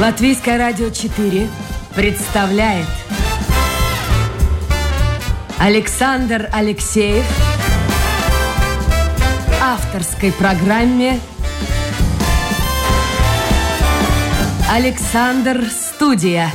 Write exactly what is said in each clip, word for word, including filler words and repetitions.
Латвийское радио четыре представляет Александр Алексеев в авторской программе «Александр Студия».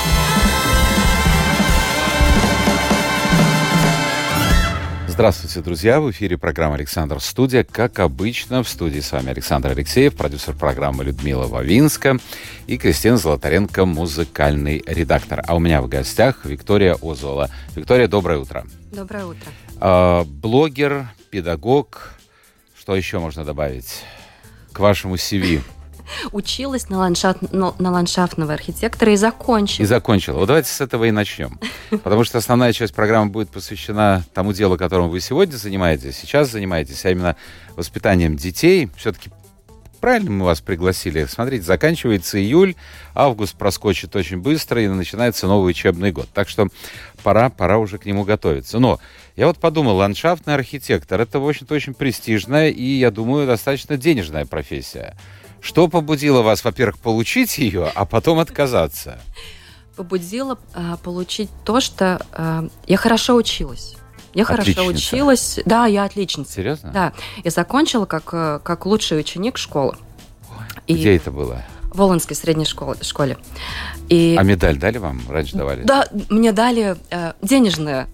Здравствуйте, друзья! В эфире программа «Александр Студия». Как обычно, в студии с вами Александр Алексеев, продюсер программы Людмила Вавинска и Кристина Золотаренко, музыкальный редактор. А у меня в гостях Виктория Озола. Виктория, доброе утро. Доброе утро. А, блогер, педагог. Что еще можно добавить к вашему си ви? Училась на, ландшафт, на, на ландшафтного архитектора и закончила. И закончила. Вот давайте с этого и начнем. Потому что основная часть программы будет посвящена тому делу, которым вы сегодня занимаетесь, сейчас занимаетесь, а именно воспитанием детей. Все-таки правильно мы вас пригласили. Смотрите, заканчивается июль, август проскочит очень быстро, и начинается новый учебный год. Так что пора, пора уже к нему готовиться. Но я вот подумал, ландшафтный архитектор — это, в общем-то, очень престижная и, я думаю, достаточно денежная профессия. Что побудило вас, во-первых, получить ее, а потом отказаться? Побудило а, получить то, что а, я хорошо училась. Я Отличница. хорошо училась. Да, я отличница. Серьезно? Да. Я закончила как, как лучший ученик школы. Ой, и где это было? В Волынской средней школе. школе. И... А медаль дали вам? Раньше давали? Да, мне дали э, денежные.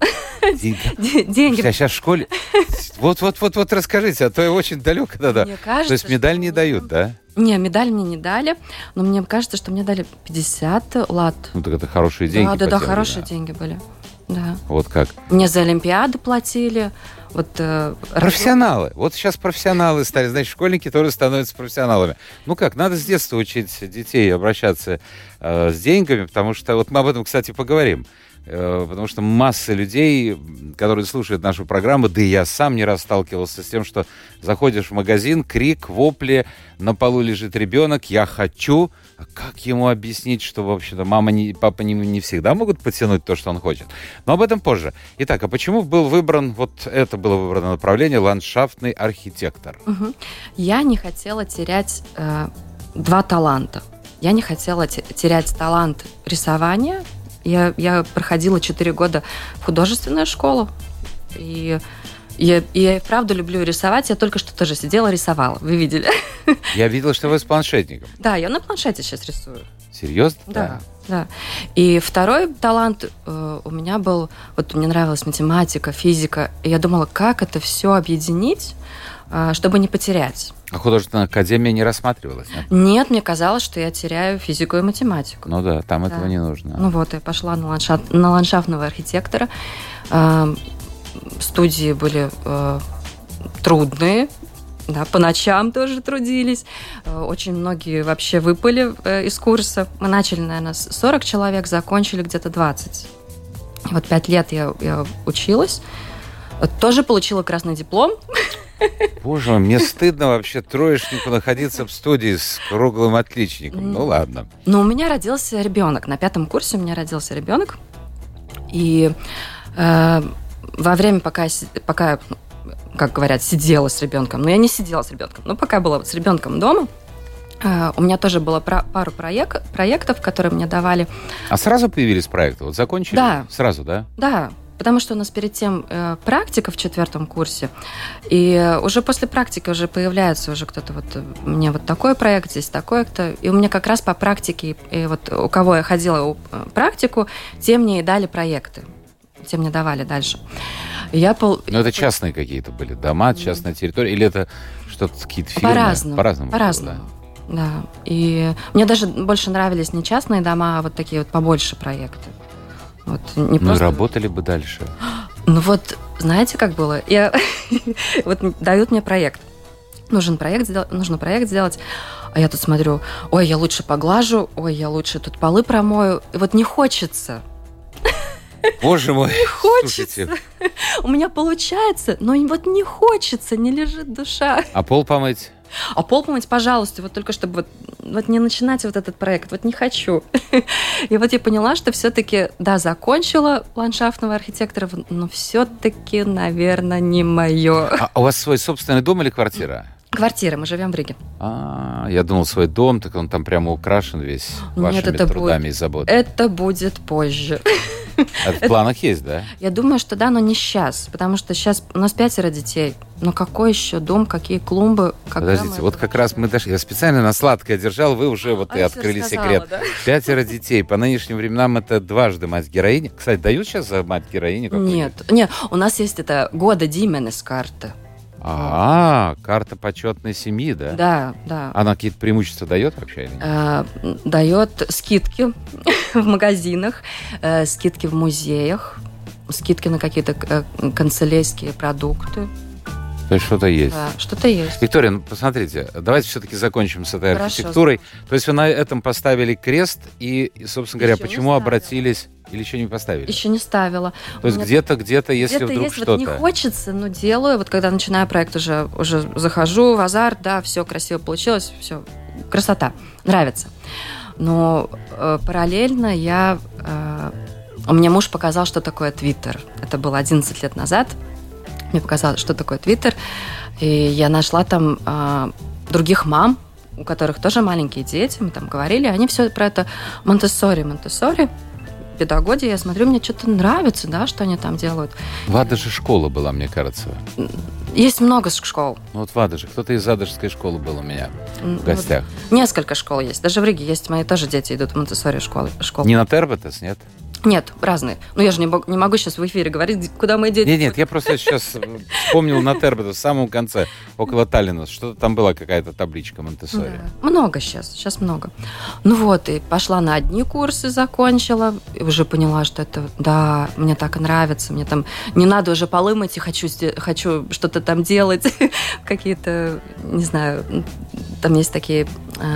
Деньги. А сейчас в школе... Вот-вот-вот расскажите, а то я очень далеко тогда. Мне кажется, то есть медаль не что... дают, да? Не, медаль мне не дали, но мне кажется, что мне дали пятьдесят лат. Ну так это хорошие деньги. Да, да, да, потеряли, хорошие да. деньги были. Да. Вот как? Мне за Олимпиады платили. Вот, э, профессионалы. Работ... Вот сейчас профессионалы стали, значит, школьники тоже становятся профессионалами. Ну как, надо с детства учить детей обращаться э, с деньгами, потому что, вот мы об этом, кстати, поговорим. Потому что масса людей, которые слушают нашу программу, да и я сам не раз сталкивался с тем, что заходишь в магазин, крик, вопли, на полу лежит ребенок, я хочу. А как ему объяснить, что, в общем-то, мама, не, папа не, не всегда могут потянуть то, что он хочет? Но об этом позже. Итак, а почему был выбран, вот это было выбрано направление, ландшафтный архитектор? Угу. Я не хотела терять э, два таланта. Я не хотела те- терять талант рисования. Я, я проходила четыре года в художественную школу, и я, я правда люблю рисовать. Я только что тоже сидела, рисовала. Вы видели? Я видела, что вы с планшетником. Да, я на планшете сейчас рисую. Серьезно? Да, да. И второй талант э, у меня был... Вот мне нравилась математика, физика. И я думала, как это все объединить, э, чтобы не потерять. А художественная академия не рассматривалась, нет? Нет, мне казалось, что я теряю физику и математику. Ну да, там да. этого не нужно. Ну вот, я пошла на, ландшафт, на ландшафтного архитектора. Э, студии были э, трудные, да, по ночам тоже трудились. Э, очень многие вообще выпали э, из курса. Мы начали, наверное, с сорок человек, закончили где-то двадцать. И вот пять лет я, я училась. Тоже получила красный диплом. Боже мой, мне стыдно вообще троечнику находиться в студии с круглым отличником. Ну ладно. Но у меня родился ребенок. На пятом курсе у меня родился ребенок. И э, во время, пока, пока, как говорят, сидела с ребенком, но я не сидела с ребенком, но пока была с ребенком дома, э, у меня тоже было про, пару проект, проектов, которые мне давали. А сразу появились проекты? Вот закончили? Да. Сразу, да? Да. Потому что у нас перед тем э, практика в четвертом курсе, и уже после практики уже появляется уже кто-то вот, мне вот такой проект, здесь такой-то, и у меня как раз по практике, и вот у кого я ходила в практику, те мне и дали проекты, те мне давали дальше. И я пол... Ну это частные какие-то были дома, частная территория, или это что-то, какие-то фирмы? По-разному. По-разному. По-разному. Было, да. Да. И мне даже больше нравились не частные дома, а вот такие вот побольше проекты. Вот, не ну, просто... работали бы дальше. Ну вот, знаете, как было? Я... вот дают мне проект. Нужен проект, нужно проект сделать. А я тут смотрю, ой, я лучше поглажу, ой, я лучше тут полы промою. И вот не хочется. Боже мой. Не хочется. У меня получается, но вот не хочется, не лежит душа. А пол помыть? А пол помыть, пожалуйста, вот только чтобы вот, вот не начинать вот этот проект, вот не хочу. И вот я поняла, что все-таки, да, закончила ландшафтного архитектора, но все-таки, наверное, не мое. А у вас свой собственный дом или квартира? Квартира, мы живем в Риге. А, я думал, свой дом, так он там прямо украшен весь вашими Нет, это трудами будет, и заботами. Это будет позже. Это в планах есть, да? Я думаю, что да, но не сейчас, потому что сейчас у нас пятеро детей. Но какой еще дом, какие клумбы? Подождите, вот как раз мы дошли. Я специально на сладкое держал, вы уже вот а и открыли сказала, секрет. Да? Пятеро детей. По нынешним временам это дважды мать-героини. Кстати, дают сейчас за мать-героини? Нет, нет, у нас есть это года Дименес карта. А, карта почетной семьи, да? Да, да. Она какие-то преимущества дает вообще? Или нет? А, дает скидки в магазинах, э, скидки в музеях, скидки на какие-то э, канцелярские продукты. То есть что-то есть. Да, что-то есть. Виктория, ну, посмотрите, давайте все-таки закончим с этой Хорошо, архитектурой. закончим. То есть вы на этом поставили крест и, собственно говоря, Еще почему обратились... Или еще не поставили? Еще не ставила. То есть где-то, где-то, если где-то вдруг есть, что-то... Вот не хочется, но делаю. Вот когда начинаю проект, уже, уже захожу в азарт, да, все красиво получилось, все, красота, нравится. Но э, параллельно я... Э, мне муж показал, что такое Твиттер. Это было одиннадцать лет назад. Мне показалось, что такое Твиттер. И я нашла там э, других мам, у которых тоже маленькие дети. Мы там говорили. Они все про это Монтессори, Монтессори. Педагогия, я смотрю, мне что-то нравится, да, что они там делают. В Адаже школа была, мне кажется. Есть много школ. Ну вот в Адаже. Кто-то из Адажской школы был у меня в гостях. Вот несколько школ есть. Даже в Риге есть. Мои тоже дети идут в Монтессори школы. Не на Тербетес, нет? Нет, разные. Ну, я же не, не могу сейчас в эфире говорить, куда мои дети... Нет, нет, я просто сейчас вспомнил на Тербетес в самом конце, около Таллина. Что-то там была какая-то табличка Монтессори. Да. Много сейчас, сейчас много. Ну вот, и пошла на одни курсы, закончила, и уже поняла, что это, да, мне так и нравится, мне там не надо уже полы мыть, и хочу, хочу что-то там делать, какие-то, не знаю, там есть такие...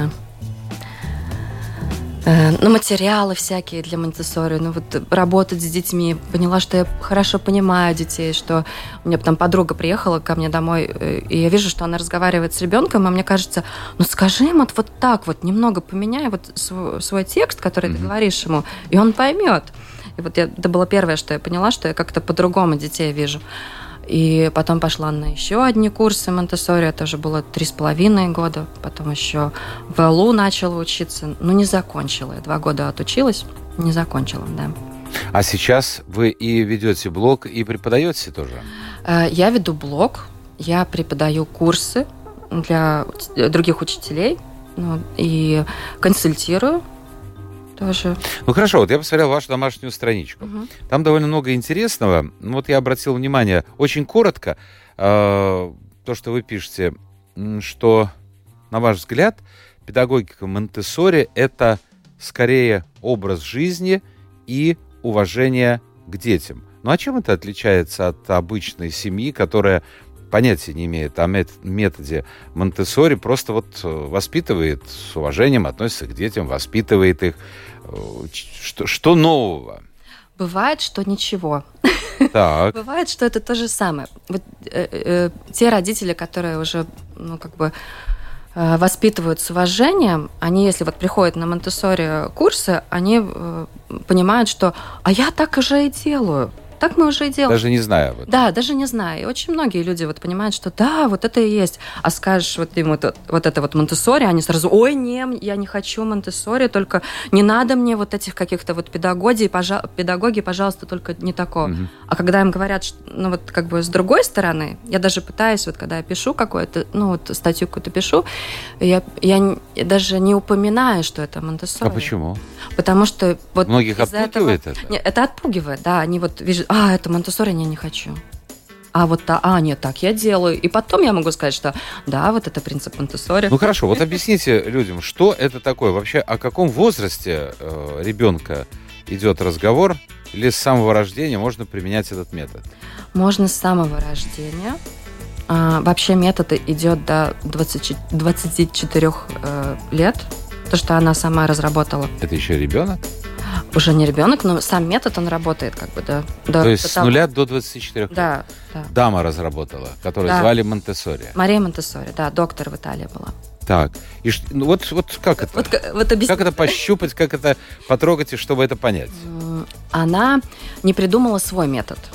Ну, материалы всякие для Монтессори, ну, вот работать с детьми. Поняла, что я хорошо понимаю детей, что у меня там подруга приехала ко мне домой, и я вижу, что она разговаривает с ребенком, а мне кажется, ну, скажи ему вот, вот так вот, немного поменяй вот свой, свой текст, который mm-hmm. ты говоришь ему, и он поймет. И вот я, это было первое, что я поняла, что я как-то по-другому детей вижу. И потом пошла на еще одни курсы Монтессори, это уже было три с половиной года. Потом еще в эл у начала учиться, но не закончила. Я два года отучилась, не закончила, да. А сейчас вы и ведете блог, и преподаете тоже? Я веду блог, я преподаю курсы для других учителей, ну, и консультирую. Тоже. Ну хорошо, вот я посмотрел вашу домашнюю страничку. Угу. Там довольно много интересного. Ну, вот я обратил внимание, очень коротко, э, то, что вы пишете, что, на ваш взгляд, педагогика Монтессори – это скорее образ жизни и уважение к детям. Ну а чем это отличается от обычной семьи, которая понятия не имеет о методе Монтессори, просто вот воспитывает с уважением, относится к детям, воспитывает их. Что, что нового? Бывает, что ничего. Так. Бывает, что это то же самое. Вот, э, э, те родители, которые уже, ну, как бы э, воспитывают с уважением, они, если вот приходят на Монтессори курсы, они э, понимают, что «а я так уже и делаю». Так мы уже и делаем. Даже не зная об этом. Да, даже не зная. И очень многие люди вот понимают, что да, вот это и есть. А скажешь вот им вот, вот это вот Монтессори, они сразу, ой, не, я не хочу Монтессори, только не надо мне вот этих каких-то вот педагогий, пожа- педагоги, пожалуйста, только не такого. Угу. А когда им говорят, что, ну вот как бы с другой стороны, я даже пытаюсь, вот когда я пишу какую-то, ну вот статью какую-то пишу, я, я, я даже не упоминаю, что это Монтессори. А почему? Потому что вот многих отпугивает этого... это? Нет, это отпугивает, да. Они вот видят, а, это Монтессори, я не хочу. А вот, та, а, нет, так я делаю. И потом я могу сказать, что да, вот это принцип Монтессори. Ну хорошо, вот объясните людям, что это такое? Вообще, о каком возрасте э, ребенка идет разговор? Или с самого рождения можно применять этот метод? Можно с самого рождения. А, вообще метод идет до двадцати, двадцати четырёх э, лет. То, что она сама разработала. Это еще ребенок? Уже не ребенок, но сам метод, он работает как бы, да. До, То есть до с нуля до двадцати четырёх да, лет? Да. Дама разработала, которую да. звали Монтессори. Мария Монтессори, да, доктор в Италии была. Так, и ну, вот, вот как это? Вот, вот объяс... Как это пощупать, как это потрогать, и чтобы это понять? Она не придумала свой метод.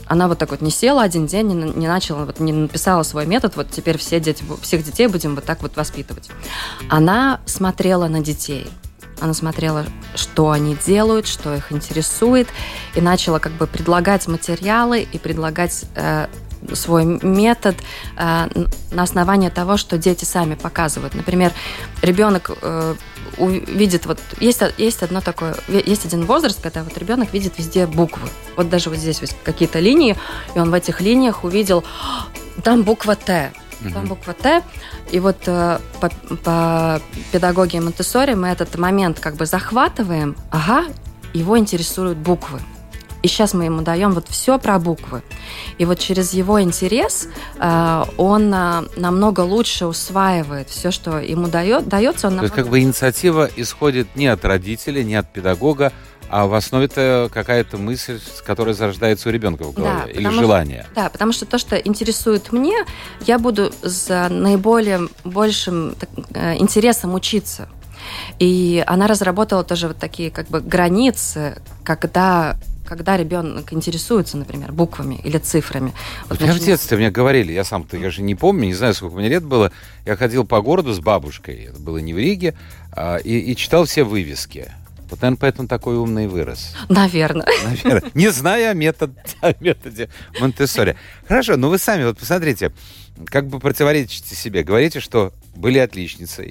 Она вот так вот не села один день, не, не начала, вот не написала свой метод, вот теперь все дети, всех детей будем вот так вот воспитывать. Она смотрела на детей. Она смотрела, что они делают, что их интересует, и начала как бы предлагать материалы и предлагать э, свой метод э, на основании того, что дети сами показывают. Например, ребенок э, увидит, вот есть, есть одно такое, есть один возраст, когда вот ребенок видит везде буквы. Вот даже вот здесь есть какие-то линии, и он в этих линиях увидел, там буква Т. Там буква Т, и вот э, по, по педагогии Монтессори мы этот момент как бы захватываем, ага, его интересуют буквы. И сейчас мы ему даем вот все про буквы. И вот через его интерес э, он э, намного лучше усваивает все, что ему дает, дается. Он намного... То есть как бы инициатива исходит не от родителя, не от педагога, а в основе-то какая-то мысль, которая зарождается у ребенка в голове, да, или желание. Что, да, потому что то, что интересует мне, я буду с наиболее большим так, интересом учиться. И она разработала тоже вот такие как бы границы, когда... когда ребенок интересуется, например, буквами или цифрами. Вот вот я в детстве мне говорили, я сам-то, я же не помню, не знаю, сколько мне лет было, я ходил по городу с бабушкой, это было не в Риге, и, и читал все вывески. Вот, наверное, поэтому такой умный вырос. Наверное. Наверное. Не зная о, метод, о методе Монтессори. Хорошо, но вы сами, вот посмотрите, как бы противоречите себе. Говорите, что были отличницей,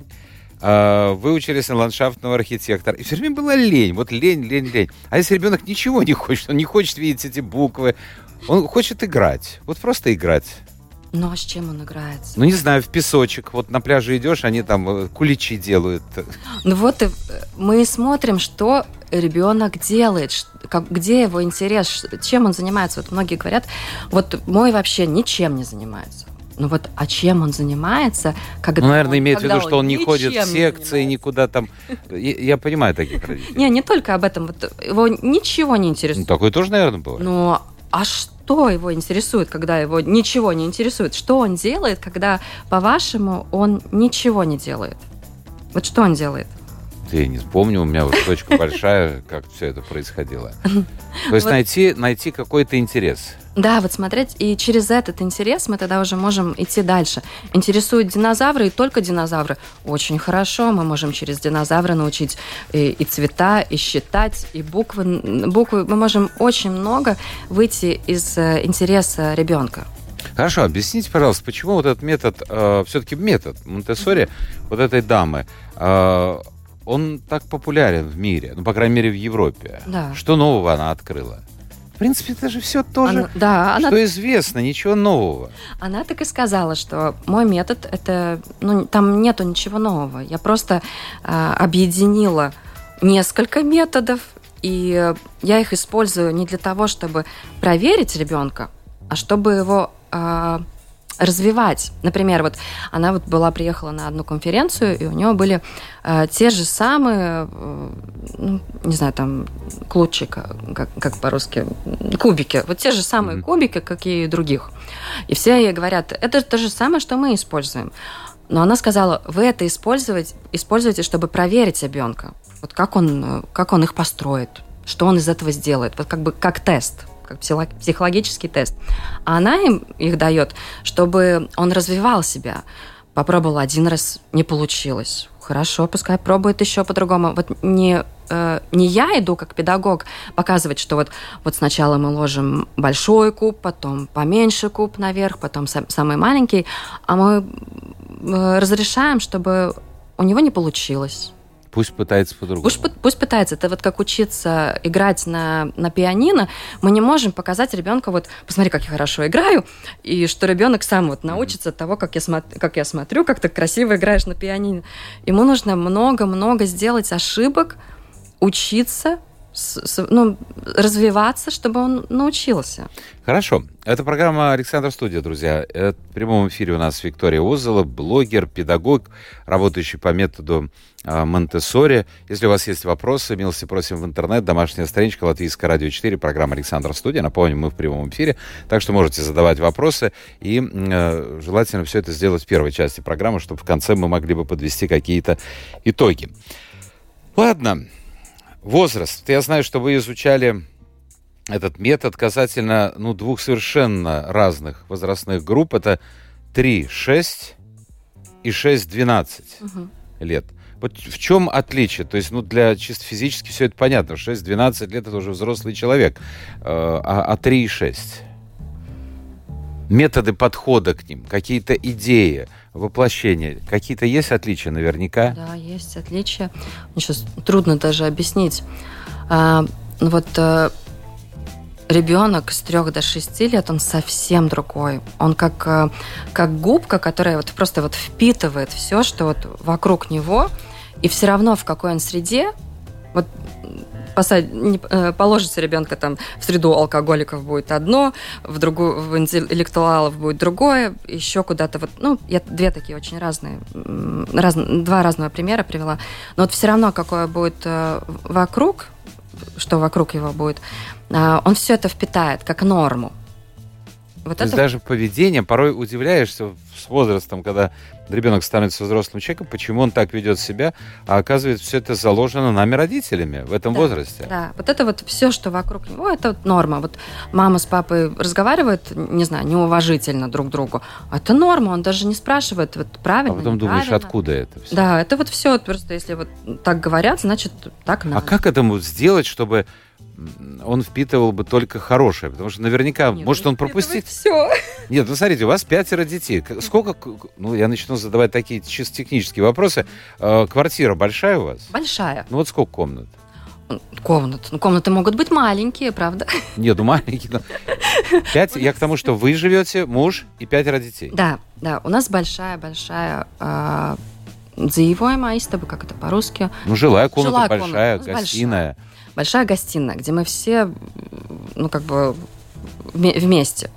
вы учились на ландшафтного архитектора, и все время была лень. Вот лень, лень, лень. А если ребенок ничего не хочет, он не хочет видеть эти буквы, он хочет играть. Вот просто играть. Ну, а с чем он играется? Ну, не знаю, в песочек. Вот на пляже идешь, они там куличи делают. Ну вот и мы смотрим, что ребенок делает, как, где его интерес, чем он занимается. Вот многие говорят, вот мой вообще ничем не занимается. Ну вот, а чем он занимается, когда Ну, наверное, он, имеет в виду, что он не ничем ходит в секции, не никуда там. Я, я понимаю таких родителей. Не, не только об этом. Вот его ничего не интересует. Ну, такое тоже, наверное, бывает. Ну, а что его интересует, когда его ничего не интересует? Что он делает, когда, по-вашему, он ничего не делает? Вот что он делает? Я не помню, у меня вот точка большая, как все это происходило. То есть найти, найти какой-то интерес. Да, вот смотреть, и через этот интерес мы тогда уже можем идти дальше. Интересуют динозавры, и только динозавры. Очень хорошо, мы можем через динозавры научить и, и цвета, и считать, и буквы. буквы. Мы можем очень много выйти из интереса ребенка. Хорошо, объясните, пожалуйста, почему вот этот метод, э, все-таки метод Монтессори, вот этой дамы, э, он так популярен в мире, ну, по крайней мере, в Европе. Да. Что нового она открыла? В принципе, это же все то же, она, да, что она, известно, ничего нового. Она так и сказала, что мой метод, это, ну, там нету ничего нового. Я просто э, объединила несколько методов, и я их использую не для того, чтобы проверить ребенка, а чтобы его э, развивать. Например, вот она вот была, приехала на одну конференцию, и у нее были э, те же самые, э, ну, не знаю, там, клубчик, как, как по-русски, кубики. Вот те же самые mm-hmm. кубики, как и других. И все ей говорят, это то же самое, что мы используем. Но она сказала, вы это используете, используете, чтобы проверить ребенка. Вот как он, как он их построит, что он из этого сделает. Вот как бы как тест. Как психологический тест. А она им их дает, чтобы он развивал себя. Попробовал один раз, не получилось. Хорошо, пускай пробует еще по-другому. Вот не, э, не я иду как педагог показывать, что вот, вот сначала мы ложим большой куб, потом поменьше куб наверх, потом сам, самый маленький, а мы э, разрешаем, чтобы у него не получилось. Пусть пытается по-другому. Пусть, пусть пытается. Это вот как учиться играть на, на пианино. Мы не можем показать ребенку, вот, посмотри, как я хорошо играю, и что ребенок сам вот научится от того, как я, смо- как я смотрю, как ты красиво играешь на пианино. Ему нужно много-много сделать ошибок, учиться, с, с, ну, развиваться, чтобы он научился. Хорошо. Это программа «Александр Студия», друзья. Это в прямом эфире у нас Виктория Озола, блогер, педагог, работающий по методу э, Монтессори. Если у вас есть вопросы, милости просим в интернет. Домашняя страничка Латвийское радио четыре, программа «Александр Студия». Напомню, мы в прямом эфире, так что можете задавать вопросы. И э, желательно все это сделать в первой части программы, чтобы в конце мы могли бы подвести какие-то итоги. Ладно. Возраст. Я знаю, что вы изучали этот метод касательно ну, двух совершенно разных возрастных групп. Это три-шесть и шесть-двенадцать угу. лет. Вот в чем отличие? То есть, ну, для чисто физически все это понятно. шесть-двенадцать лет — это уже взрослый человек. А, а три и шесть? Методы подхода к ним, какие-то идеи, воплощения, какие-то есть отличия наверняка? Да, есть отличия. Мне сейчас трудно даже объяснить. А, вот а, ребенок с трех до шести лет, он совсем другой. Он как, а, как губка, которая вот просто вот впитывает все, что вот вокруг него, и все равно в какой он среде, вот посадь, не, э, положится ребенка там в среду алкоголиков будет одно, в другую, в интеллектуалов будет другое, еще куда-то вот, ну, я две такие очень разные, раз, два разного примера привела, но вот все равно какое будет э, вокруг, что вокруг его будет, э, он все это впитает как норму. Вот То это... есть даже поведение, порой удивляешься с возрастом, когда ребенок становится взрослым человеком, почему он так ведет себя, а оказывается, все это заложено нами, родителями, в этом да, возрасте. Да, вот это вот все, что вокруг него, это вот норма. Вот мама с папой разговаривают, не знаю, неуважительно друг к другу. Это норма, он даже не спрашивает, вот правильно, а потом думаешь, откуда это все? Да, это вот все, просто если вот так говорят, значит, так надо. А как этому сделать, чтобы он впитывал бы только хорошее? Потому что наверняка, Нет, может, он пропустит... все. Нет, ну смотрите, у вас пятеро детей. Сколько... Ну, я начну задавать такие чисто технические вопросы. Квартира большая у вас? Большая. Ну, вот сколько комнат? Комнат. Ну, комнаты могут быть маленькие, правда? Нет, ну маленькие. Но... Пять. Я к тому, что вы живете, муж и пятеро детей. Да, да. У нас большая-большая... Э- Заеваемая истаба, как это по-русски? Ну, жилая комната жилая большая, комната, гостиная. Большая. Большая гостиная, где мы все, ну, как бы вместе.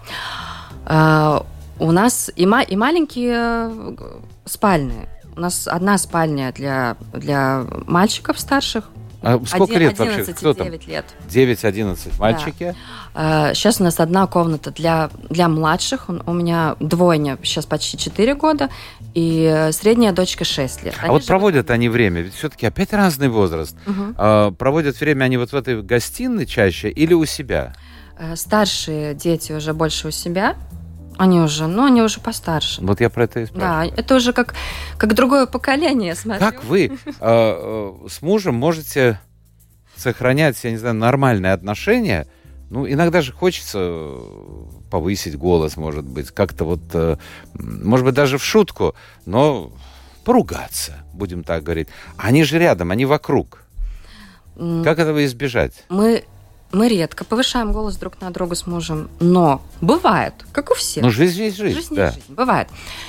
Uh, у нас и, ма- и маленькие спальные. У нас одна спальня для, для мальчиков старших. А сколько Один, лет вообще? Кто там? девять лет. девять-одиннадцать мальчики? Да. Uh, сейчас у нас одна комната для, для младших. У меня двойня сейчас почти четыре года, и средняя дочка шесть лет. Они а вот проводят живут... они время, ведь все-таки опять разный возраст. Угу. А, проводят время они вот в этой гостиной чаще или у себя? Uh, старшие дети уже больше у себя. Они уже, ну, они уже постарше. Вот я про это и спрашиваю. Да, это уже как, как другое поколение, смотрю. Как вы э, э, с мужем можете сохранять, я не знаю, нормальные отношения? Ну, иногда же хочется повысить голос, может быть, как-то вот, э, может быть, даже в шутку, но поругаться, будем так говорить. Они же рядом, они вокруг. Mm. Как этого избежать? Мы... Мы редко повышаем голос друг на друга с мужем, но бывает, как у всех. Ну, жизнь есть жизнь. Жизнь да. есть жизнь, бывает.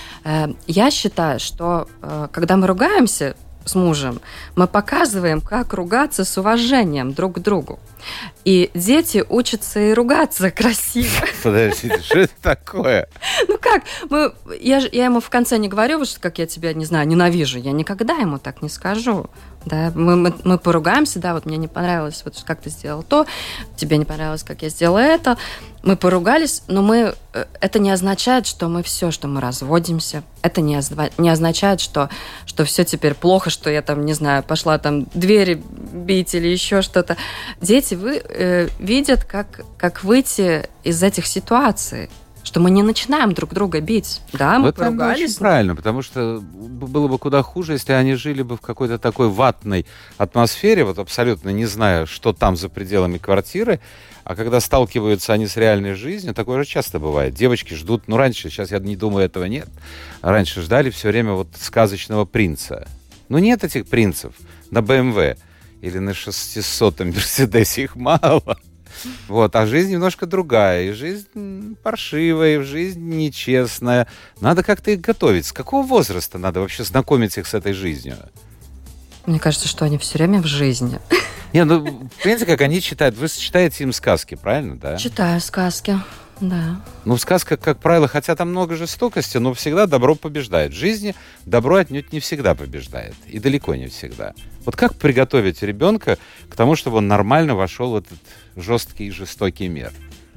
Я считаю, что когда мы ругаемся с мужем, мы показываем, как ругаться с уважением друг к другу. И дети учатся и ругаться красиво. Подождите, что это такое? Ну как? Мы, я, я ему в конце не говорю, что как я тебя, не знаю, ненавижу. Я никогда ему так не скажу. Да, мы, мы, мы поругаемся, да, вот мне не понравилось, вот как ты сделал то, тебе не понравилось, как я сделала это. Мы поругались, но мы, это не означает, что мы все, что мы разводимся. Это не, не означает, что, что все теперь плохо, что я там, не знаю, пошла там двери бить или еще что-то. Дети вы, э, видят, как, как выйти из этих ситуаций. Что мы не начинаем друг друга бить. Да, мы вот поругались. Это очень правильно, потому что было бы куда хуже, если они жили бы в какой-то такой ватной атмосфере, вот абсолютно не зная, что там за пределами квартиры, а когда сталкиваются они с реальной жизнью, такое же часто бывает. Девочки ждут, ну раньше, сейчас я не думаю, этого нет, раньше ждали все время вот сказочного принца. Ну нет этих принцев на бэ эм вэ или на шестисотом Мерседесе, их мало. Вот, а жизнь немножко другая, и жизнь паршивая, и жизнь нечестная. Надо как-то их готовить. С какого возраста надо вообще знакомить их с этой жизнью? Мне кажется, что они все время в жизни. Не, ну, понимаете, как они читают? Вы читаете им сказки, правильно, да? Читаю сказки, да. Ну, в сказках, как правило, хотя там много жестокости, но всегда добро побеждает. В жизни добро отнюдь не всегда побеждает. И далеко не всегда. Вот как приготовить ребенка к тому, чтобы он нормально вошел в этот жесткий и жестокий мир?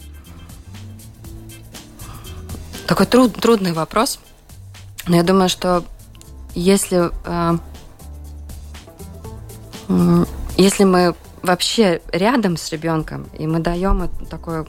Такой труд, трудный вопрос. Но я думаю, что если, э, если мы вообще рядом с ребенком, и мы даем такое...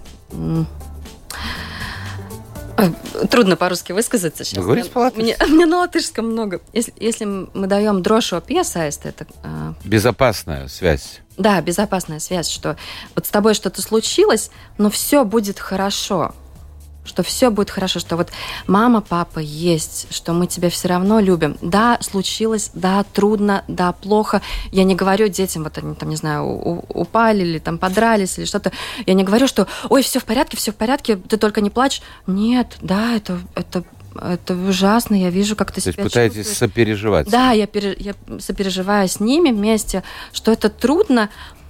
Трудно по-русски высказаться сейчас. Говорите по-латышски. Мне, мне на латышском много. Если, если мы даем дрошо пьесаист, это... Э, безопасная связь. Да, безопасная связь, что вот с тобой что-то случилось, но все будет хорошо. Что все будет хорошо, что вот мама, папа есть, что мы тебя все равно любим. Да, случилось, да, трудно, да, плохо. Я не говорю детям, вот они там, не знаю, упали или там подрались или что-то. Я не говорю, что, ой, все в порядке, все в порядке, ты только не плачь. Нет, да, это, это, это ужасно, я вижу, как ты То себя есть пытаетесь чувствуешь. сопереживать? Да, я, пере, я сопереживаю с ними вместе, что это трудно,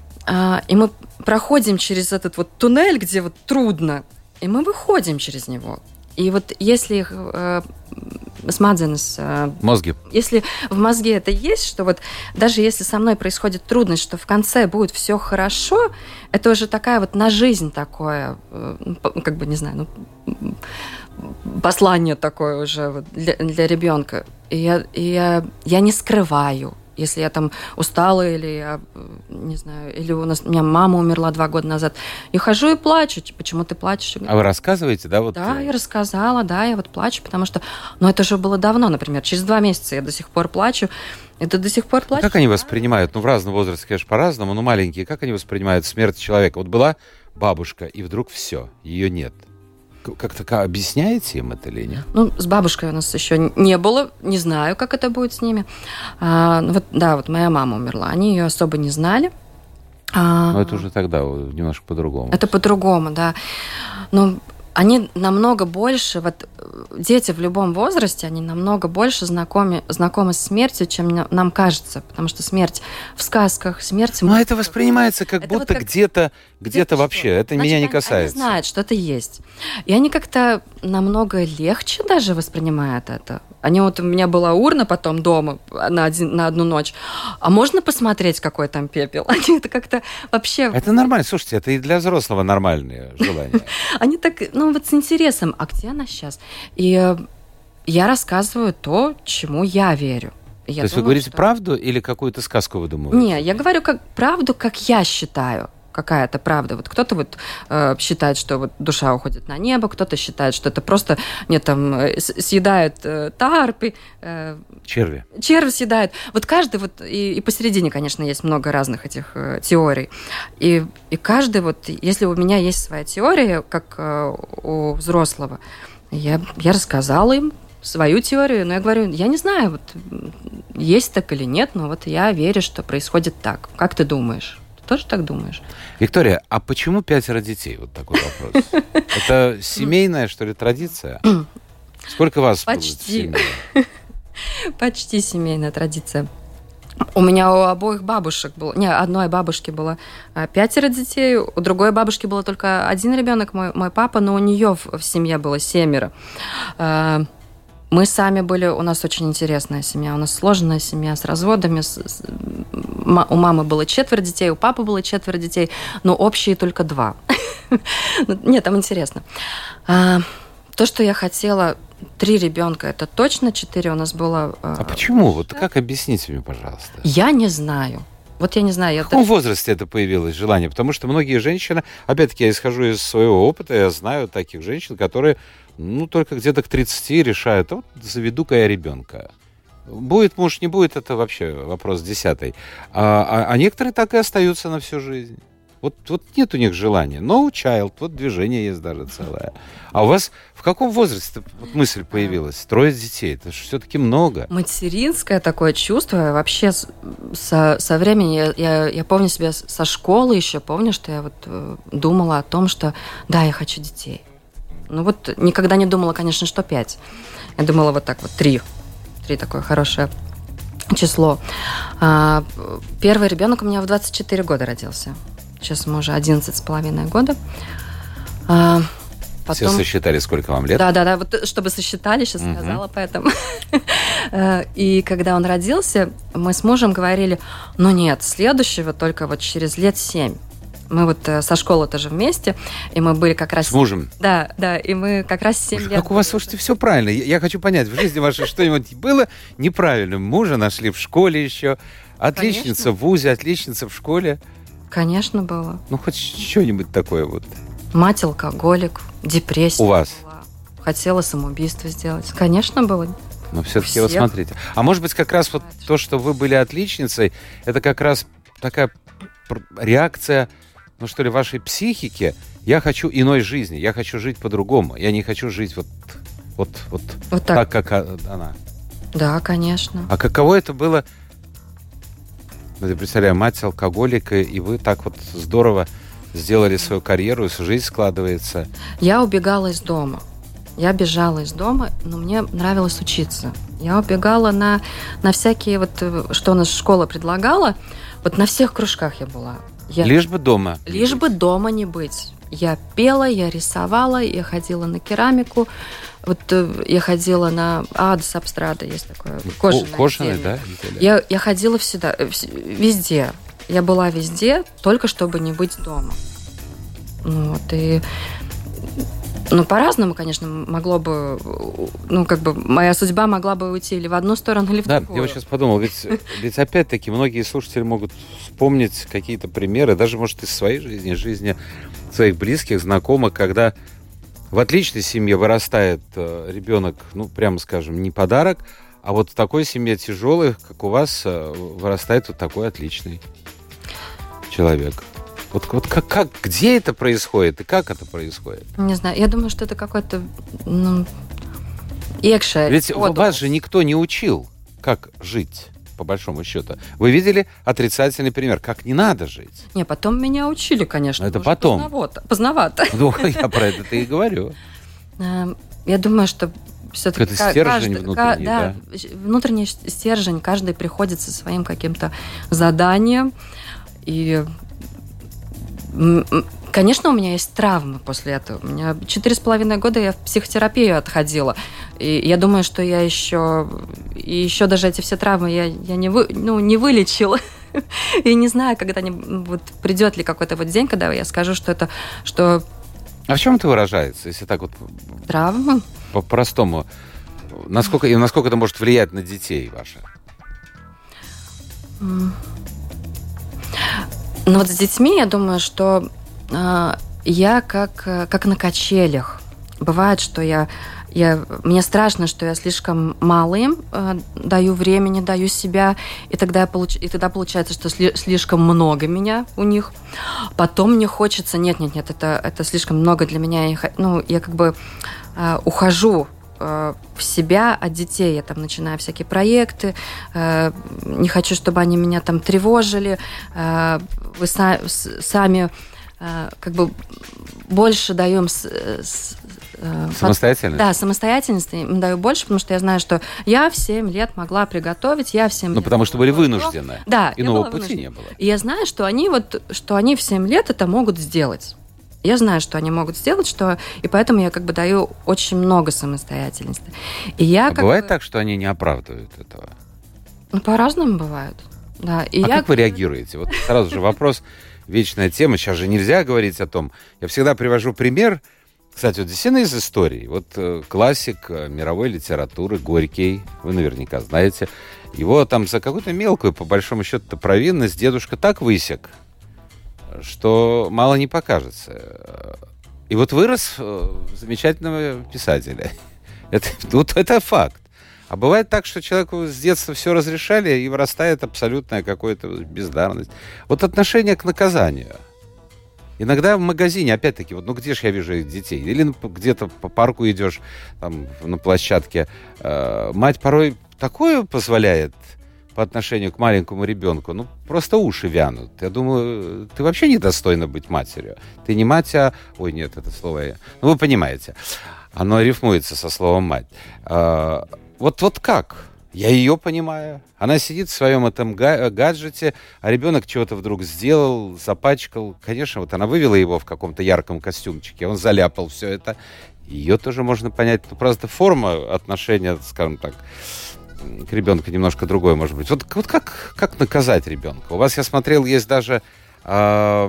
и мы проходим через этот вот туннель, где вот трудно, и мы выходим через него. И вот если их э, смадзенес... Э, Мозги. Если в мозге это есть, что вот даже если со мной происходит трудность, что в конце будет все хорошо, это уже такая вот на жизнь такое, э, как бы, не знаю, ну, послание такое уже вот для, для ребенка. И я, и я, я не скрываю. Если я там устала, или я, не знаю, или у нас у меня мама умерла два года назад, я хожу и плачу. Почему ты плачешь? А вы рассказываете, да? Вот... Да, я рассказала, да, я вот плачу, потому что, ну, это же было давно, например, через два месяца я до сих пор плачу. Это до сих пор плачу. А как они воспринимают? Ну, в разном возрасте, конечно, по-разному, но маленькие. Как они воспринимают смерть человека? Вот была бабушка, и вдруг все, ее нет. Как-то объясняете им это или нет? Ну, с бабушкой у нас еще не было, не знаю, как это будет с ними. А, ну, вот, да, вот моя мама умерла, они ее особо не знали. А, Но это уже тогда немножко по-другому. Это по-другому, да. Но они намного больше, вот дети в любом возрасте, они намного больше знакомы, знакомы с смертью, чем нам кажется, потому что смерть в сказках, смерть... Но это воспринимается как это будто вот как... где-то, где-то вообще, это Значит, меня не они, касается. Они знают, что это есть. И они как-то намного легче даже воспринимают это. Они вот, у меня была урна потом дома на, один, на одну ночь. А можно посмотреть, какой там пепел? Они это как-то вообще... Это нормально. Слушайте, это и для взрослого нормальное желание. Они так, ну вот с интересом, а где она сейчас? И я рассказываю то, чему я верю. Я то есть думаю, вы говорите что... правду или какую-то сказку выдумываете? Не, я говорю как правду, как я считаю. Какая-то правда. Вот кто-то вот э, считает, что вот душа уходит на небо, кто-то считает, что это просто нет, там съедают э, тарпы, э, черви. Черви съедают. Вот каждый вот и, и посередине, конечно, есть много разных этих э, теорий. И, и каждый вот, если у меня есть своя теория, как э, у взрослого, я, я рассказала им свою теорию, но я говорю, я не знаю, вот есть так или нет, но вот я верю, что происходит так. Как ты думаешь? Тоже так думаешь? Виктория, а почему пятеро детей? Вот такой вопрос. Это семейная, что ли, традиция? Сколько вас Почти. будет в семье? Почти семейная традиция. У меня у обоих бабушек было... Не, одной бабушки было пятеро детей, у другой бабушки было только один ребенок, мой, мой папа, но у нее в, в семье было семеро. Мы сами были... У нас очень интересная семья. У нас сложная семья с разводами. С, с, у мамы было четверо детей, у папы было четверо детей, но общие только два. Нет, там интересно. То, что я хотела... Три ребенка, это точно, четыре у нас было... А почему? Вот как объясните мне, пожалуйста. Я не знаю. Вот я не знаю. В каком даже... возрасте это появилось желание? Потому что многие женщины, опять-таки, я исхожу из своего опыта, я знаю таких женщин, которые, ну, только где-то к тридцати решают, а вот заведу-ка я ребенка. Будет муж, не будет, это вообще вопрос десятый. А, а, а некоторые так и остаются на всю жизнь. Вот, вот нет у них желания. No child, вот движение есть даже целое. А у вас в каком возрасте вот мысль появилась? Трое детей, это же все-таки много. Материнское такое чувство. Вообще со, со времени, я, я, я помню себя со школы еще, помню, что я вот думала о том, что да, я хочу детей. Ну вот никогда не думала, конечно, что пять. Я думала вот так вот, три. Три такое хорошее число. А, первый ребенок у меня в двадцать четыре года родился. Сейчас ему уже одиннадцать с половиной года. А, потом... Все сосчитали, сколько вам лет? Да-да-да, вот чтобы сосчитали, сейчас uh-huh. сказала, поэтому. И когда он родился, мы с мужем говорили, ну нет, следующего только вот через лет семь. Мы вот со школы тоже вместе, и мы были как раз... С мужем? Да, да, и мы как раз семь лет... Как у вас, слушайте, все правильно. Я, я хочу понять, в жизни вашей что-нибудь было неправильным? Мужа нашли в школе еще, отличница Конечно. в вузе, отличница в школе. Конечно, было. Ну, хоть что-нибудь такое вот. Мать алкоголик, депрессия. У вас? Была. Хотела самоубийство сделать. Конечно, было. Но все-таки вот смотрите. А может быть, как раз вот то, что вы были отличницей, это как раз такая реакция, ну что ли, вашей психики. Я хочу иной жизни, я хочу жить по-другому. Я не хочу жить вот, вот, вот, вот так. так, как она. Да, конечно. А каково это было? Я представляю, мать алкоголика, и вы так вот здорово сделали свою карьеру, жизнь складывается. Я убегала из дома. Я бежала из дома, но мне нравилось учиться. Я убегала на, на всякие, вот, что у нас школа предлагала. Вот на всех кружках я была. Я... Лишь бы дома. Лишь бы дома не быть. Я пела, я рисовала, я ходила на керамику. Вот я ходила на Адас Абстрада, есть такое кожаное. Кожаное, да? Я, я ходила всегда, везде. Я была везде, только чтобы не быть дома. Вот, и... Ну, по-разному, конечно, могло бы... Ну, как бы, моя судьба могла бы уйти или в одну сторону, или в да, другую. Я вот сейчас подумал, ведь, ведь опять-таки многие слушатели могут вспомнить какие-то примеры, даже, может, из своей жизни, из жизни своих близких, знакомых, когда в отличной семье вырастает э, ребенок, ну, прямо скажем, не подарок, а вот в такой семье тяжелой, как у вас, э, вырастает вот такой отличный человек. Вот, вот как, как, где это происходит и как это происходит? Не знаю, я думаю, что это какой-то... Ну, экшер. Ведь вас же никто не учил, как жить, по большому счету. Вы видели отрицательный пример, как не надо жить. Не, потом меня учили, конечно. Это потом. Поздновато. поздновато. Ну, я про это-то и говорю. Я думаю, что все-таки... Это стержень внутренний, да? Да, внутренний стержень. Каждый приходит со своим каким-то заданием. И... Конечно, у меня есть травмы после этого. У меня четыре с половиной года я в психотерапию отходила. И я думаю, что я еще... И еще даже эти все травмы я, я не, вы, ну, не вылечила. И не знаю, когда вот придет ли какой-то вот день, когда я скажу, что это... Что... А в чем это выражается, если так вот... Травмы? По-простому. Насколько, и насколько это может влиять на детей ваших? Ну вот с детьми, я думаю, что э, я как, как на качелях. Бывает, что я, я... Мне страшно, что я слишком мало им э, даю времени, даю себя, и тогда, я получ... и тогда получается, что сли... слишком много меня у них. Потом мне хочется... Нет-нет-нет, это, это слишком много для меня. Я, ну, я как бы э, ухожу в себя от детей. Я там начинаю всякие проекты, э, не хочу, чтобы они меня там тревожили. Э, вы са- сами э, как бы больше даем... С, с, э, самостоятельность? Под... Да, самостоятельность им даю больше, потому что я знаю, что я в семь лет могла приготовить, я в семь ну, лет... Ну, потому что были вынуждены. Да. Иного пути не было. И я знаю, что они, вот, что они в семь лет это могут сделать. Я знаю, что они могут сделать, что... и поэтому я как бы даю очень много самостоятельности. И я, а как бывает бы... так, что они не оправдывают этого? Ну, по-разному бывает. Да. И а я... как вы реагируете? Вот сразу же вопрос, вечная тема, сейчас же нельзя говорить о том. Я всегда привожу пример, кстати, вот действительно из истории. Вот э, классик э, мировой литературы Горький, вы наверняка знаете, его там за какую-то мелкую, по большому счету, провинность дедушка так высек, что мало не покажется. И вот вырос замечательного писателя. Это, вот это факт. А бывает так, что человеку с детства все разрешали, и вырастает абсолютная какая-то бездарность. Вот отношение к наказанию. Иногда в магазине, опять-таки, вот, ну где же я вижу их детей? Или где-то по парку идешь, там, на площадке. Э, мать порой такое позволяет по отношению к маленькому ребенку, ну, просто уши вянут. Я думаю, ты вообще недостойна быть матерью. Ты не мать, а... Ой, нет, это слово... Ну, вы понимаете. Оно рифмуется со словом «мать». А, вот, вот как? Я ее понимаю. Она сидит в своем этом гаджете, а ребенок чего-то вдруг сделал, запачкал. Конечно, вот она вывела его в каком-то ярком костюмчике, он заляпал все это. Ее тоже можно понять. Ну, просто форма отношения, скажем так, к ребенку немножко другое, может быть. Вот, вот как, как наказать ребенка? У вас, я смотрел, есть даже э,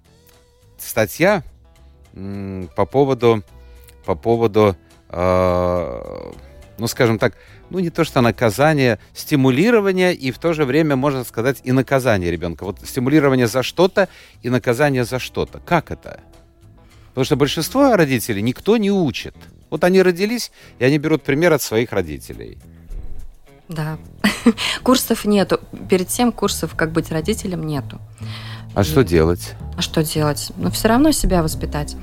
статья э, по поводу, по поводу э, ну, скажем так, ну, не то что наказание, стимулирование и в то же время, можно сказать, и наказание ребенка. Вот стимулирование за что-то и наказание за что-то. Как это? Потому что большинство родителей никто не учит. Вот они родились, и они берут пример от своих родителей. Да. Курсов нету. Перед тем курсов «Как быть родителем» нету. А и... что делать? А что делать? Ну, все равно себя воспитать.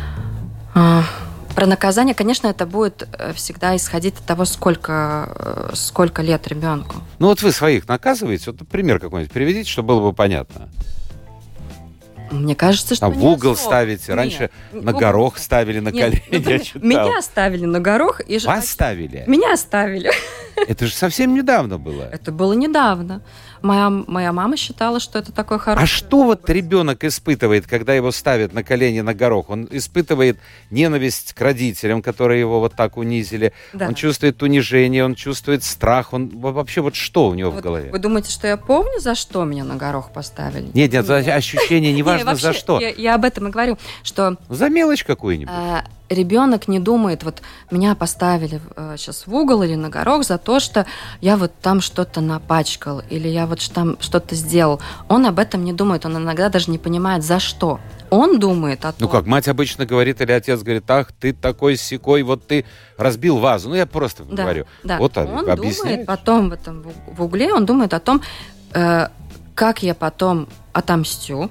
А, про наказание, конечно, это будет всегда исходить от того, сколько, сколько лет ребенку. Ну, вот вы своих наказываете. Вот пример какой-нибудь приведите, чтобы было бы понятно. Мне кажется, что а в угол особо. ставите. Нет. Раньше на горох ставили на колени. Нет, я читал. Меня ставили на горох. И Вас ставили? Меня ставили. Это же совсем недавно было. Это было недавно. Моя, моя мама считала, что это такой хороший... А что вот ребенок испытывает, когда его ставят на колени на горох? Он испытывает ненависть к родителям, которые его вот так унизили. Да. Он чувствует унижение, он чувствует страх. Он вообще вот что у него вот в голове? Вы думаете, что я помню, за что меня на горох поставили? Нет, нет, нет. Ощущение неважно за что. Я, я об этом и говорю, что... За мелочь какую-нибудь. Э, ребенок не думает, вот меня поставили э, сейчас в угол или на горох за то, что я вот там что-то напачкал, или я вот там что-то сделал. Он об этом не думает, он иногда даже не понимает, за что. Он думает о том... Ну как, мать обычно говорит, или отец говорит, ах, ты такой сякой, вот ты разбил вазу. Ну я просто да, говорю. Да. Вот он объясняет. думает потом в этом в угле, он думает о том, э, как я потом отомстю,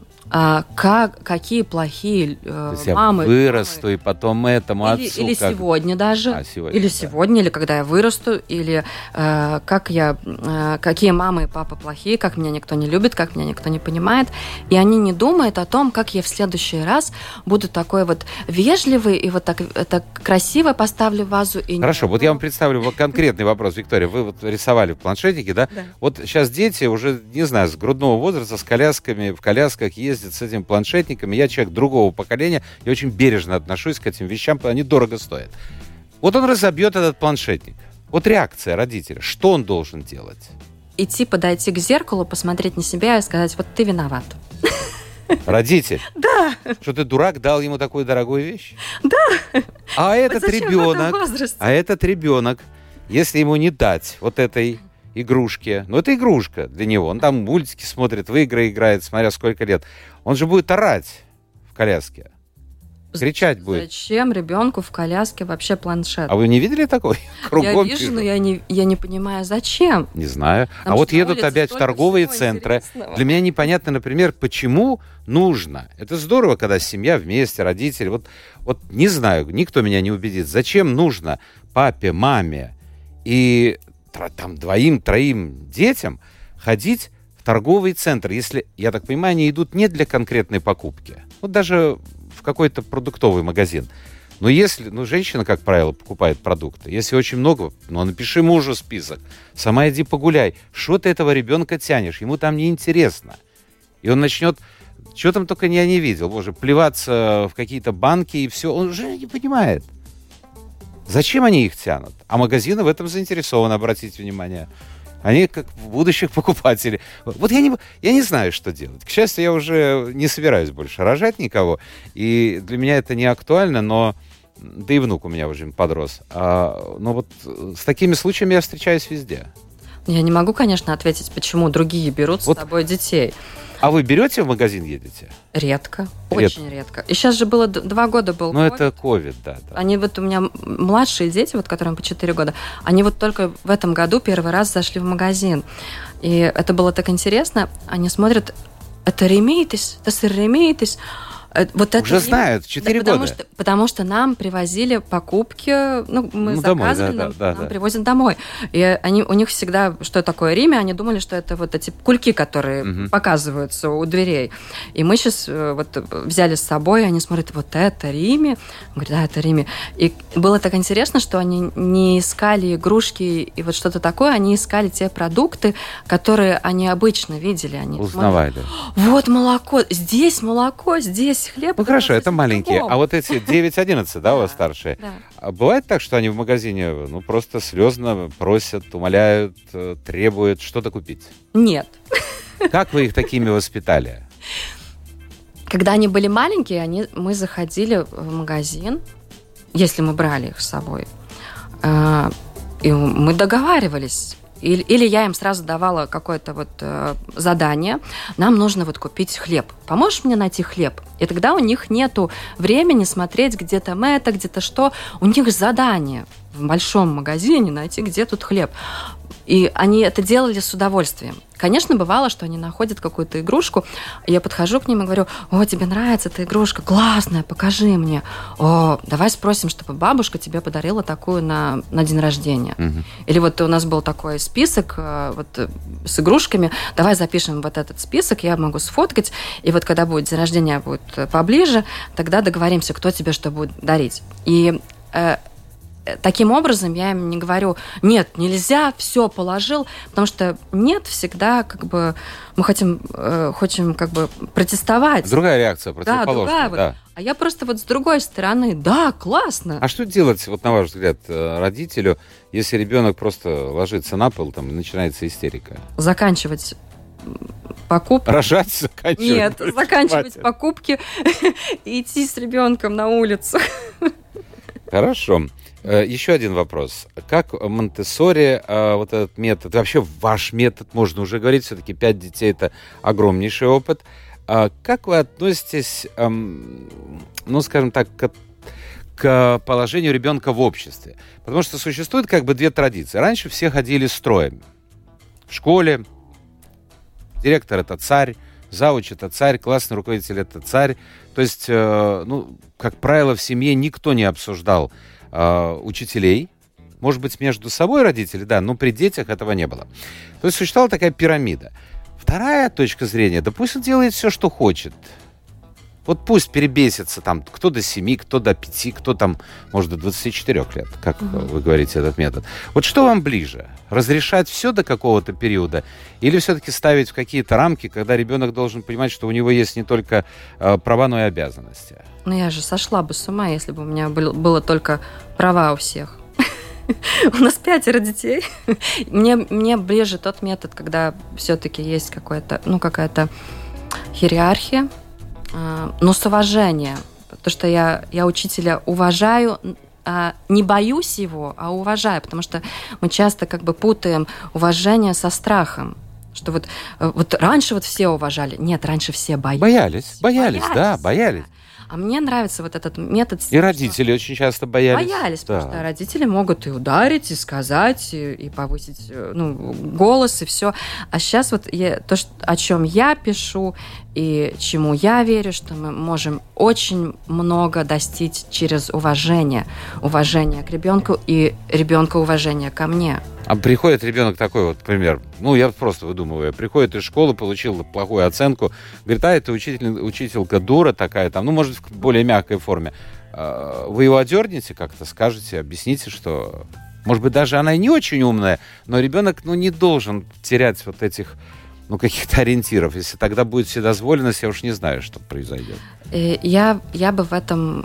А как, какие плохие э, я мамы... вырасту, мамы. И потом этому или, отцу... Или как... сегодня даже. А, сегодня, или да. сегодня, или когда я вырасту, или э, как я, э, какие мамы и папы плохие, как меня никто не любит, как меня никто не понимает. И они не думают о том, как я в следующий раз буду такой вот вежливый и вот так, так красиво поставлю вазу. И Хорошо, не... вот я вам представлю вот конкретный вопрос, Виктория. Вы вот рисовали в планшетике, да? Да. Вот сейчас дети уже, не знаю, с грудного возраста, с колясками, в колясках ездят с этим планшетником. Я человек другого поколения, я очень бережно отношусь к этим вещам, они дорого стоят. Вот он разобьет этот планшетник. Вот реакция родителя. Что он должен делать? Идти, подойти к зеркалу, посмотреть на себя и сказать, вот ты виноват. Родитель? Да. Что ты, дурак, дал ему такую дорогую вещь? Да. А этот ребенок, а этот ребенок, если ему не дать вот этой игрушки, ну это игрушка для него, он там мультики смотрит, в игры играет, смотря сколько лет, он же будет орать в коляске, кричать будет. Зачем ребенку в коляске вообще планшет? А вы не видели такой? Кругом я вижу, но я не, я не понимаю, зачем. Не знаю. Потому а вот едут улице опять в торговые центры. Интересного. Для меня непонятно, например, почему нужно. Это здорово, когда семья вместе, родители. Вот, вот не знаю, никто меня не убедит. Зачем нужно папе, маме и там двоим-троим детям ходить в торговый центр, если, я так понимаю, они идут не для конкретной покупки. Вот даже в какой-то продуктовый магазин. Но если, ну, женщина, как правило, покупает продукты. Если очень много, ну, напиши мужу список. Сама иди погуляй. Что ты этого ребенка тянешь? Ему там неинтересно. И он начнет, что там только я не видел, боже, плеваться в какие-то банки и все. Он уже не понимает. Зачем они их тянут? А магазины в этом заинтересованы, обратите внимание. Они как будущих покупателей. Вот я не, я не знаю, что делать. К счастью, я уже не собираюсь больше рожать никого. И для меня это не актуально, но... Да и внук у меня уже подрос. А, но вот с такими случаями я встречаюсь везде. Я не могу, конечно, ответить, почему другие берут вот. С собой детей. А вы берете в магазин, едете? Редко, редко. Очень редко. И сейчас же было два года был Ну, это ковид, да, да. Они вот у меня младшие дети, вот которым по четыре года, они вот только в этом году первый раз зашли в магазин. И это было так интересно. Они смотрят, это ремейтесь, это ремейтесь. Вот уже это знают, четыре да, потому года. Что, потому что нам привозили покупки, ну, мы ну, заказывали, домой, да, нам, да, нам да. привозят домой. И они, у них всегда, что такое Риме, они думали, что это вот эти кульки, которые угу. показываются у дверей. И мы сейчас вот взяли с собой, и они смотрят, вот это Риме. Говорят, да, это Риме. И было так интересно, что они не искали игрушки и вот что-то такое, они искали те продукты, которые они обычно видели. Они узнавали. Смотрят, вот молоко, здесь молоко, здесь хлеб. Ну хорошо, это маленькие. Другом. А вот эти девять-одиннадцать, да, у вас старшие? Да. Бывает так, что они в магазине ну, просто слезно просят, умоляют, требуют что-то купить? Нет. Как вы их такими воспитали? Когда они были маленькие, они, мы заходили в магазин, если мы брали их с собой. И мы договаривались. Или, или я им сразу давала какое-то вот э, задание. Нам нужно вот купить хлеб. Поможешь мне найти хлеб? И тогда у них нету времени смотреть, где там это, где-то что. У них задание в большом магазине найти, где тут хлеб. И они это делали с удовольствием. Конечно, бывало, что они находят какую-то игрушку, я подхожу к ним и говорю: о, тебе нравится эта игрушка, классная, покажи мне. О, давай спросим, чтобы бабушка тебе подарила такую на, на день рождения. Угу. Или вот у нас был такой список вот, с игрушками, давай запишем вот этот список, я могу сфоткать, и вот когда будет день рождения, будет поближе, тогда договоримся, кто тебе что будет дарить. И э, таким образом я им не говорю: нет, нельзя, все положил, потому что нет, всегда как бы мы хотим, э, хотим как бы протестовать. Другая реакция, противоположная. Да, другая, да. Вот. А я просто вот с другой стороны: да, классно. А что делать, вот на ваш взгляд, родителю, если ребенок просто ложится на пол, там, и начинается истерика? Заканчивать покупки. Рожать, заканчивать? Нет, заканчивать покупки и идти с ребенком на улицу. Хорошо. Еще один вопрос. Как Монтессори, вот этот метод, вообще ваш метод, можно уже говорить, все-таки пять детей – это огромнейший опыт. Как вы относитесь, ну, скажем так, к, к положению ребенка в обществе? Потому что существует как бы две традиции. Раньше все ходили строем. В школе директор – это царь, завуч – это царь, классный руководитель – это царь. То есть, ну, как правило, в семье никто не обсуждал учителей, может быть, между собой родители, да, но при детях этого не было. То есть существовала такая пирамида. Вторая точка зрения: да пусть он делает все, что хочет. Вот пусть перебесится там кто до семи, кто до пяти, кто там, может, до двадцати четырёх лет, как mm-hmm. вы говорите, этот метод. Вот что вам ближе? Разрешать все до какого-то периода или все-таки ставить в какие-то рамки, когда ребенок должен понимать, что у него есть не только э, права, но и обязанности? Ну, я же сошла бы с ума, если бы у меня был, было только права у всех. У нас пятеро детей. Мне, мне ближе тот метод, когда все-таки есть какое-то, ну, какая-то иерархия, но с уважением. Потому что я, я учителя уважаю, не боюсь его, а уважаю. Потому что мы часто как бы путаем уважение со страхом. Что вот, вот раньше вот все уважали. Нет, раньше все боялись. Боялись, боялись, боялись да, боялись. А мне нравится вот этот метод. И родители очень часто боялись. Боялись, да. Потому что родители могут и ударить, и сказать, и, и повысить, ну, голос, и все. А сейчас вот я, то, что, о чем я пишу, и чему я верю, что мы можем очень много достичь через уважение. Уважение к ребенку и ребенка уважение ко мне. А приходит ребенок такой вот, например, ну, я просто выдумываю, приходит из школы, получил плохую оценку, говорит: а, это учитель, учителька дура такая, там, ну, может, в более мягкой форме. Вы его одернете как-то, скажете, объясните, что, может быть, даже она и не очень умная, но ребенок, ну, не должен терять вот этих, ну, каких-то ориентиров. Если тогда будет вседозволенность, я уж не знаю, что произойдет. Я, я бы в этом...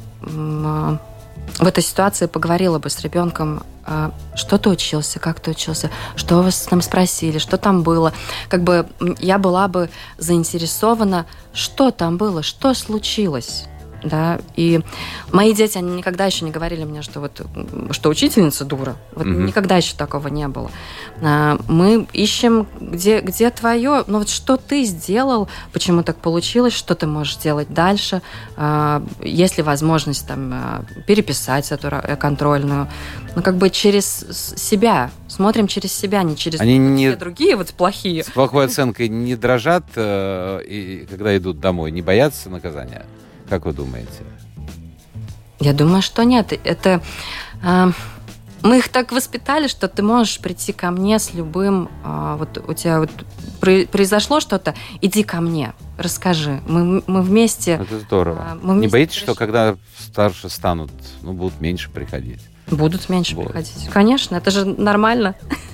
В этой ситуации поговорила бы с ребенком, что ты учился, как ты учился, что вас там спросили, что там было. Как бы я была бы заинтересована, что там было, что случилось. Да? И мои дети, они никогда еще не говорили мне, что, вот, что учительница дура. Вот mm-hmm. никогда еще такого не было. Мы ищем, где, где твое, ну вот что ты сделал, почему так получилось, что ты можешь делать дальше, есть ли возможность там, переписать эту контрольную. Ну как бы через себя, смотрим через себя, не через они не... другие вот плохие. С плохой оценкой не дрожат, и, когда идут домой, не боятся наказания? Как вы думаете? Я думаю, что нет. Это э, мы их так воспитали, что ты можешь прийти ко мне с любым. Э, вот у тебя вот произошло что-то, иди ко мне, расскажи. Мы, мы вместе. Это здорово. Э, мы вместе не боитесь, решим. Что когда старше станут, ну, будут меньше приходить? Будут меньше будут. приходить. Конечно, это же нормально.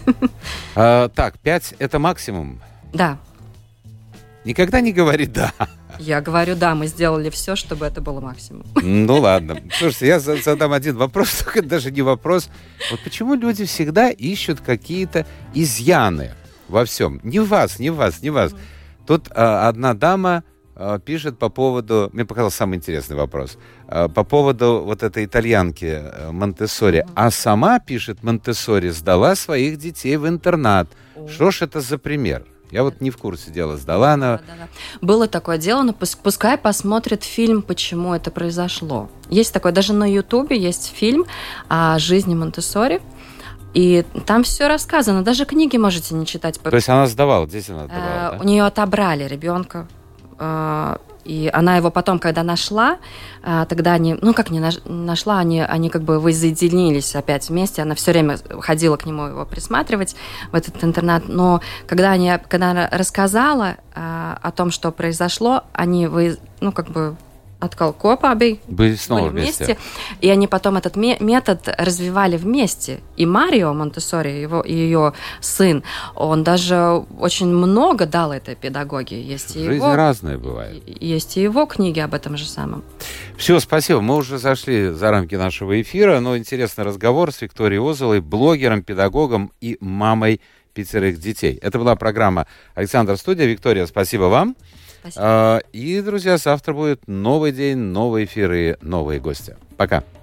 А, так, пять – это максимум? Да. Никогда не говори «да». Я говорю, да, мы сделали все, чтобы это было максимум. Ну ладно. Слушайте, я задам один вопрос, только даже не вопрос. Вот почему люди всегда ищут какие-то изъяны во всем? Не в вас, не в вас, не в вас. Тут а, одна дама э, пишет по поводу... Мне показался самый интересный вопрос. Э, по поводу вот этой итальянки э, Монтессори. А сама, пишет, Монтессори сдала своих детей в интернат. Что ж это за пример? Я вот не в курсе дела, сдала она... Да, да, да. Было такое дело, но пускай посмотрит фильм, почему это произошло. Есть такое, даже на Ютубе есть фильм о жизни Монтессори, и там все рассказано, даже книги можете не читать. То есть она сдавала, действительно сдавала, да? У нее отобрали ребенка, и она его потом, когда нашла, тогда они, ну как не нашла, они, они как бы воссоединились опять вместе, она все время ходила к нему его присматривать в этот интернат, но когда, они, когда она рассказала о том, что произошло, они, ну как бы, откал копа, были снова были вместе. вместе. И они потом этот метод развивали вместе. И Марио Монтессори, его, ее сын, он даже очень много дал этой педагогии. Есть и Жизнь его, разная бывает. Есть и его книги об этом же самом. Все, спасибо. Мы уже зашли за рамки нашего эфира, но интересный разговор с Викторией Озолой, блогером, педагогом и мамой пятерых детей. Это была программа «Александр Студия». Виктория, спасибо вам. Спасибо. И, друзья, завтра будет новый день, новые эфиры, новые гости. Пока.